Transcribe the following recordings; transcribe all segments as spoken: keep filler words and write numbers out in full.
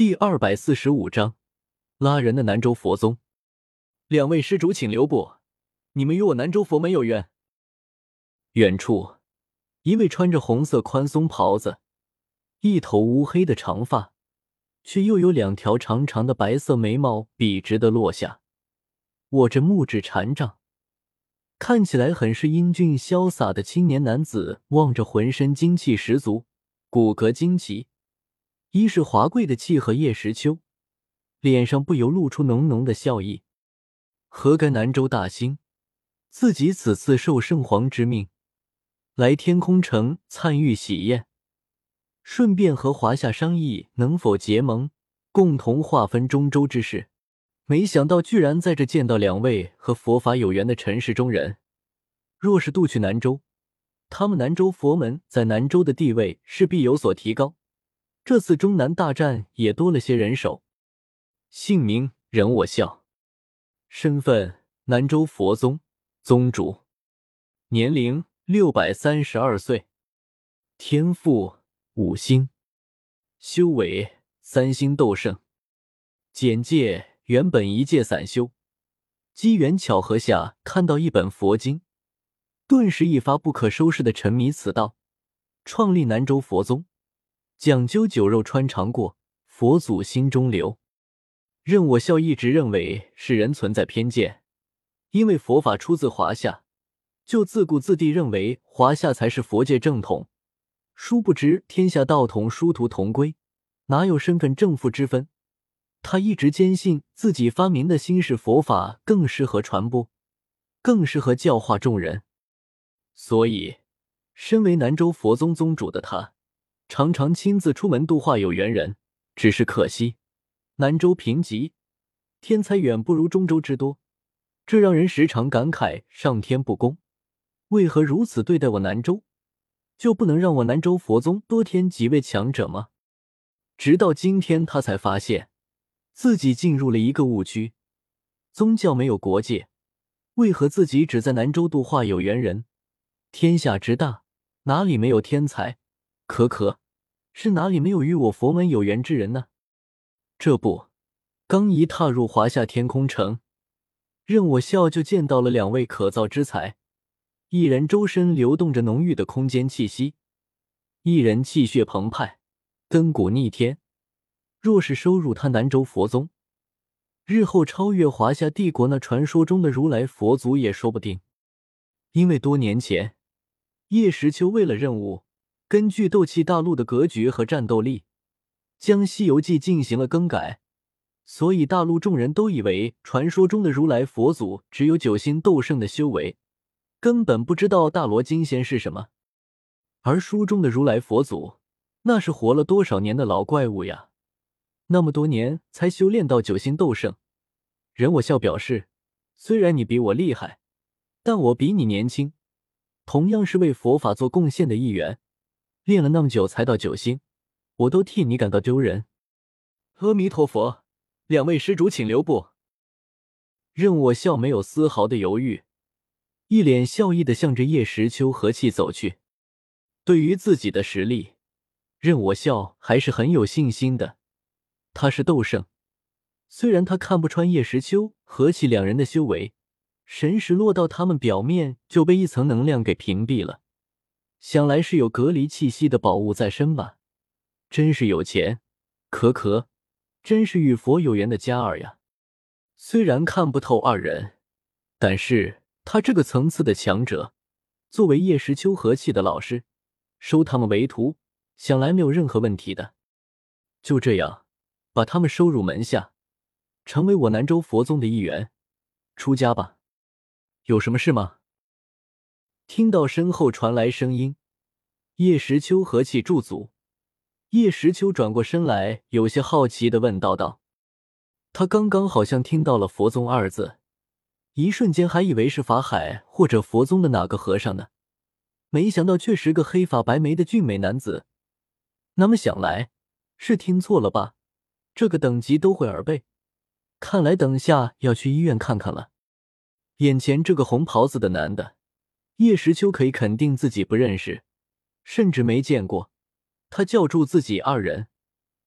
第二百四十五章拉人的南州佛宗。两位施主请留步，你们与我南州佛门有缘。远处，一位穿着红色宽松袍子，一头乌黑的长发，却又有两条长长的白色眉毛笔直的落下，握着木质禅杖，看起来很是英俊潇洒的青年男子，望着浑身精气十足，骨骼惊奇，衣饰华贵的契合叶时秋，脸上不由露出浓浓的笑意。何该南州大兴，自己此次受圣皇之命，来天空城参与喜宴，顺便和华夏商议能否结盟，共同划分中州之事。没想到居然在这见到两位和佛法有缘的尘世中人。若是渡去南州，他们南州佛门在南州的地位势必有所提高，这次中南大战也多了些人手。姓名任我笑，身份南州佛宗宗主，年龄六百三十二岁，天赋五星，修为三星斗圣。简介：原本一介散修，机缘巧合下看到一本佛经，顿时一发不可收拾的沉迷此道，创立南州佛宗，讲究酒肉穿肠过，佛祖心中留。任我笑一直认为世人存在偏见，因为佛法出自华夏，就自顾自地认为华夏才是佛界正统，殊不知天下道统殊途同归，哪有身份正负之分。他一直坚信自己发明的新式佛法更适合传播，更适合教化众人，所以身为南州佛宗宗主的他，常常亲自出门度化有缘人。只是可惜南州贫瘠，天才远不如中州之多，这让人时常感慨上天不公，为何如此对待我南州？就不能让我南州佛宗多添几位强者吗？直到今天他才发现自己进入了一个误区，宗教没有国界，为何自己只在南州度化有缘人？天下之大，哪里没有天才？可可，是哪里没有与我佛门有缘之人呢？这不，刚一踏入华夏天空城，任我笑就见到了两位可造之才，一人周身流动着浓郁的空间气息，一人气血澎湃，根骨逆天。若是收入他南州佛宗，日后超越华夏帝国那传说中的如来佛祖也说不定。因为多年前叶时秋为了任务，根据斗气大陆的格局和战斗力，将西游记进行了更改，所以大陆众人都以为传说中的如来佛祖只有九星斗圣的修为，根本不知道大罗金仙是什么。而书中的如来佛祖，那是活了多少年的老怪物呀，那么多年才修炼到九星斗圣。任我笑表示，虽然你比我厉害，但我比你年轻，同样是为佛法做贡献的一员，练了那么久才到九星，我都替你感到丢人。阿弥陀佛，两位施主请留步。任我笑没有丝毫的犹豫，一脸笑意地向着叶时秋和气走去。对于自己的实力，任我笑还是很有信心的。他是斗圣，虽然他看不穿叶时秋和气两人的修为，神识落到他们表面就被一层能量给屏蔽了，想来是有隔离气息的宝物在身吧。真是有钱，可可，真是与佛有缘的家儿呀。虽然看不透二人，但是他这个层次的强者，作为叶时秋和气的老师，收他们为徒，想来没有任何问题的。就这样把他们收入门下，成为我南州佛宗的一员。出家吧。有什么事吗？听到身后传来声音，叶时秋和气驻足。叶时秋转过身来，有些好奇地问道道。他刚刚好像听到了佛宗二字，一瞬间还以为是法海或者佛宗的哪个和尚呢，没想到却是个黑发白眉的俊美男子。那么想来是听错了吧，这个等级都会耳背，看来等下要去医院看看了。眼前这个红袍子的男的，叶时秋可以肯定自己不认识，甚至没见过。他叫住自己二人，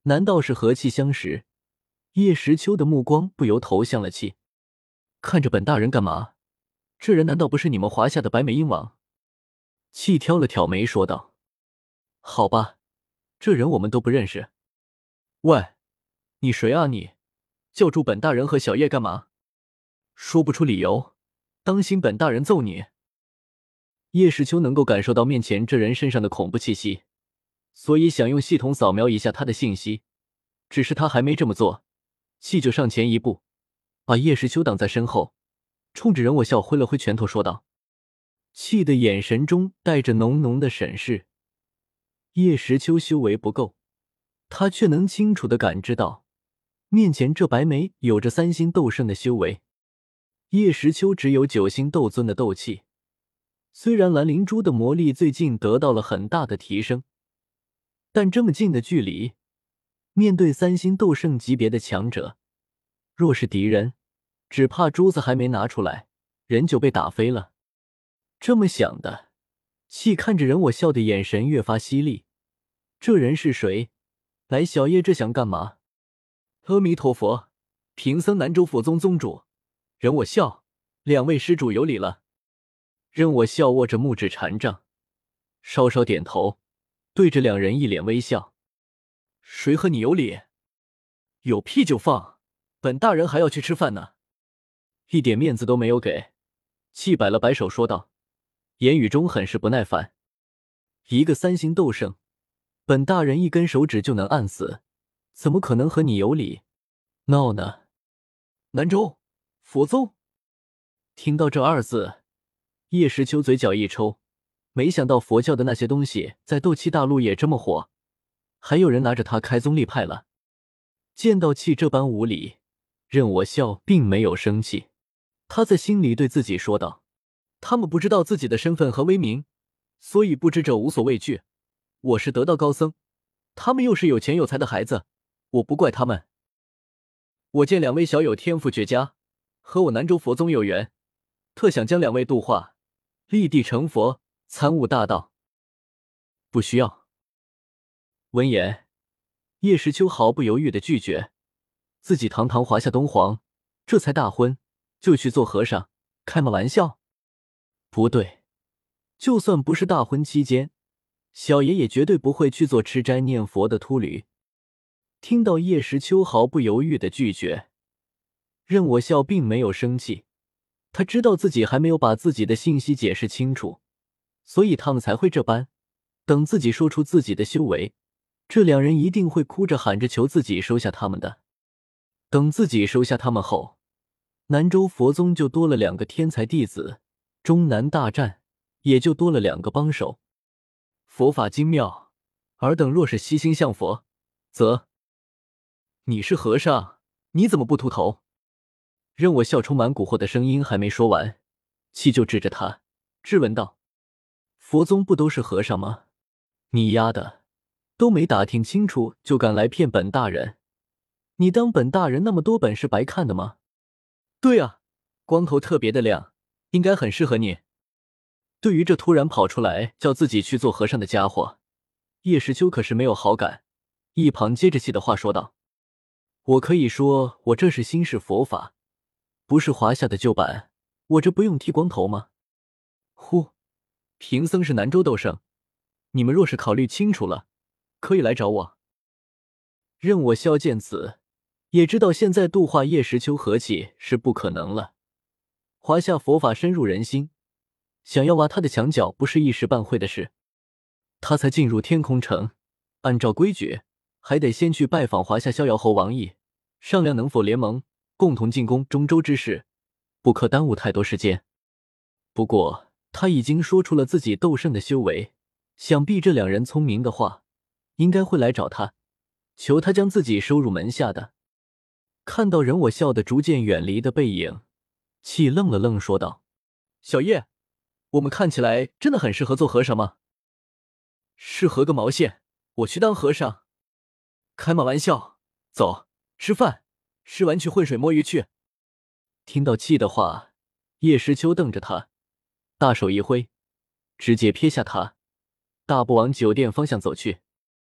难道是和气相识？叶时秋的目光不由投向了气，看着本大人干嘛？这人难道不是你们华夏的白眉鹰王？气挑了挑眉说道：好吧，这人我们都不认识。喂，你谁啊你？叫住本大人和小叶干嘛？说不出理由，当心本大人揍你。叶时秋能够感受到面前这人身上的恐怖气息，所以想用系统扫描一下他的信息，只是他还没这么做，气就上前一步，把叶时秋挡在身后，冲着任我笑挥了挥拳头说道。气的眼神中带着浓浓的审视，叶时秋修为不够，他却能清楚地感知到面前这白眉有着三星斗圣的修为，叶时秋只有九星斗尊的斗气。虽然蓝灵珠的魔力最近得到了很大的提升，但这么近的距离，面对三星斗圣级别的强者，若是敌人，只怕珠子还没拿出来，人就被打飞了。这么想的，气看着人我笑的眼神越发犀利。这人是谁？来小叶这想干嘛？阿弥陀佛，贫僧南州佛宗宗主，人我笑，两位施主有礼了。任我笑握着木质禅杖，稍稍点头，对着两人一脸微笑。谁和你有理？有屁就放，本大人还要去吃饭呢。一点面子都没有给，气摆了摆手说道，言语中很是不耐烦。一个三星斗圣，本大人一根手指就能按死，怎么可能和你有理？闹呢？南州佛宗。听到这二字，叶时秋嘴角一抽，没想到佛教的那些东西在斗气大陆也这么火，还有人拿着它开宗立派了。见到气这般无礼，任我笑并没有生气，他在心里对自己说道：他们不知道自己的身份和威名，所以不知者无所畏惧。我是得道高僧，他们又是有钱有才的孩子，我不怪他们。我见两位小友天赋绝佳，和我南州佛宗有缘，特想将两位度化，立地成佛，参悟大道。不需要。闻言，叶时秋毫不犹豫地拒绝，自己堂堂华夏东皇，这才大婚就去做和尚，开吗玩笑？不对，就算不是大婚期间，小爷也绝对不会去做吃斋念佛的秃驴。听到叶时秋毫不犹豫的拒绝，任我笑并没有生气，他知道自己还没有把自己的信息解释清楚，所以他们才会这般。等自己说出自己的修为，这两人一定会哭着喊着求自己收下他们的。等自己收下他们后，南州佛宗就多了两个天才弟子，中南大战也就多了两个帮手。佛法精妙，尔等若是悉心向佛，则……你是和尚，你怎么不秃头？任我笑充满蛊惑的声音还没说完，气就指着他质问道：佛宗不都是和尚吗？你丫的都没打听清楚就敢来骗本大人，你当本大人那么多本事白看的吗？对啊，光头特别的亮，应该很适合你。对于这突然跑出来叫自己去做和尚的家伙，叶时秋可是没有好感，一旁接着气的话说道：我可以说我这是新式佛法，不是华夏的旧版，我这不用剃光头吗？呼，贫僧是南州斗圣，你们若是考虑清楚了，可以来找我。任我笑见此，也知道现在度化叶时秋和气是不可能了。华夏佛法深入人心，想要挖他的墙角不是一时半会的事。他才进入天空城，按照规矩还得先去拜访华夏逍遥侯王毅，商量能否联盟共同进攻中州之事，不可耽误太多时间。不过他已经说出了自己斗圣的修为，想必这两人聪明的话，应该会来找他，求他将自己收入门下的。看到人我笑得逐渐远离的背影，气愣了愣说道：小叶，我们看起来真的很适合做和尚吗？适合个毛线，我去当和尚。开嘛玩笑，走，吃饭，吃完去浑水摸鱼去。听到气的话，叶时秋瞪着他，大手一挥，直接撇下他，大步往酒店方向走去。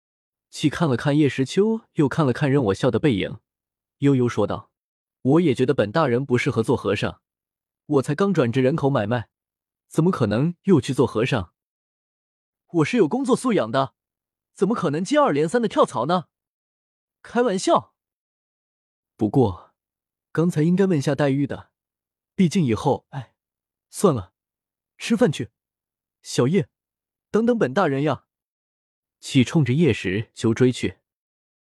既看了看叶时秋，又看了看任我笑的背影，悠悠说道：“我也觉得本大人不适合做和尚，我才刚转职人口买卖，怎么可能又去做和尚？我是有工作素养的，怎么可能接二连三的跳槽呢？开玩笑。不过，刚才应该问下黛玉的，毕竟以后……哎，算了，吃饭去。小叶，等等本大人呀！”气冲着叶时秋追去。